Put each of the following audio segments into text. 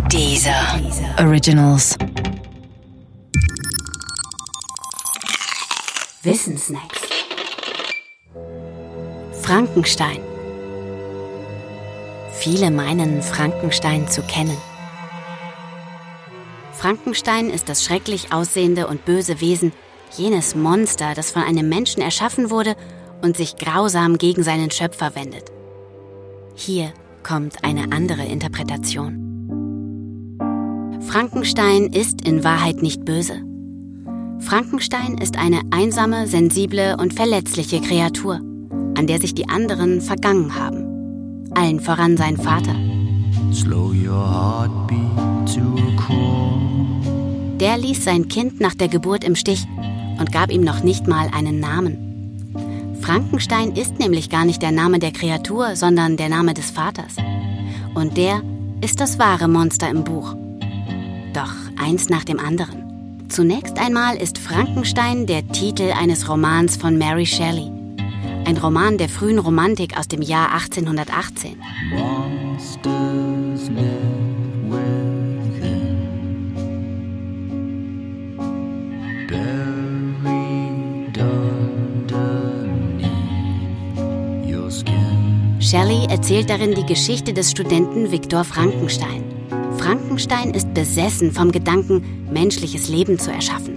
Deezer Originals. Wissensnacks. Frankenstein. Viele meinen, Frankenstein zu kennen. Frankenstein ist das schrecklich aussehende und böse Wesen, jenes Monster, das von einem Menschen erschaffen wurde und sich grausam gegen seinen Schöpfer wendet. Hier kommt eine andere Interpretation. Frankenstein ist in Wahrheit nicht böse. Frankenstein ist eine einsame, sensible und verletzliche Kreatur, an der sich die anderen vergangen haben. Allen voran sein Vater. Der ließ sein Kind nach der Geburt im Stich und gab ihm noch nicht mal einen Namen. Frankenstein ist nämlich gar nicht der Name der Kreatur, sondern der Name des Vaters. Und der ist das wahre Monster im Buch. Doch eins nach dem anderen. Zunächst einmal ist Frankenstein der Titel eines Romans von Mary Shelley. Ein Roman der frühen Romantik aus dem Jahr 1818. Shelley erzählt darin die Geschichte des Studenten Viktor Frankenstein. Frankenstein ist besessen vom Gedanken, menschliches Leben zu erschaffen.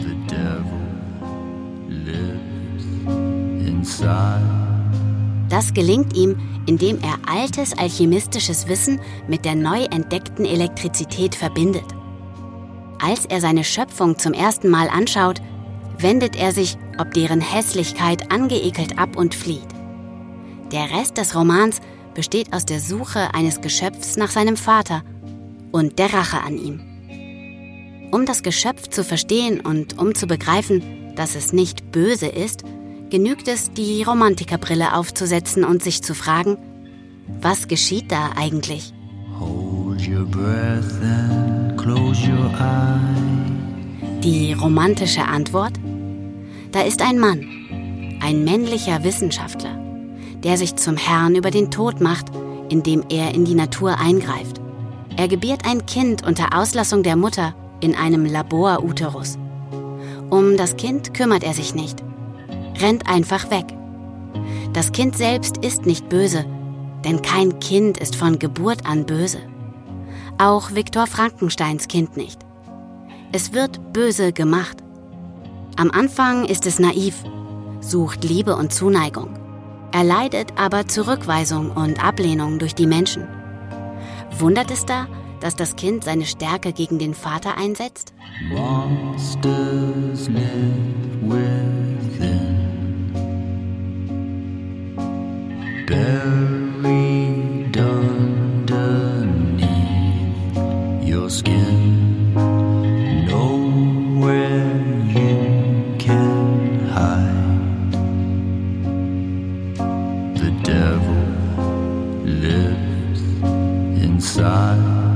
Das gelingt ihm, indem er altes alchemistisches Wissen mit der neu entdeckten Elektrizität verbindet. Als er seine Schöpfung zum ersten Mal anschaut, wendet er sich, ob deren Hässlichkeit, angeekelt ab und flieht. Der Rest des Romans besteht aus der Suche eines Geschöpfs nach seinem Vater und der Rache an ihm. Um das Geschöpf zu verstehen und um zu begreifen, dass es nicht böse ist, genügt es, die Romantikerbrille aufzusetzen und sich zu fragen, was geschieht da eigentlich? Hold your breath and close your eye. Die romantische Antwort? Da ist ein Mann, ein männlicher Wissenschaftler, der sich zum Herrn über den Tod macht, indem er in die Natur eingreift. Er gebiert ein Kind unter Auslassung der Mutter in einem Laboruterus. Um das Kind kümmert er sich nicht, rennt einfach weg. Das Kind selbst ist nicht böse, denn kein Kind ist von Geburt an böse. Auch Viktor Frankensteins Kind nicht. Es wird böse gemacht. Am Anfang ist es naiv, sucht Liebe und Zuneigung. Er leidet aber Zurückweisung und Ablehnung durch die Menschen. Wundert es da, dass das Kind seine Stärke gegen den Vater einsetzt? Monsters live within. Buried underneath your skin. Nowhere you can hide. The devil lives inside.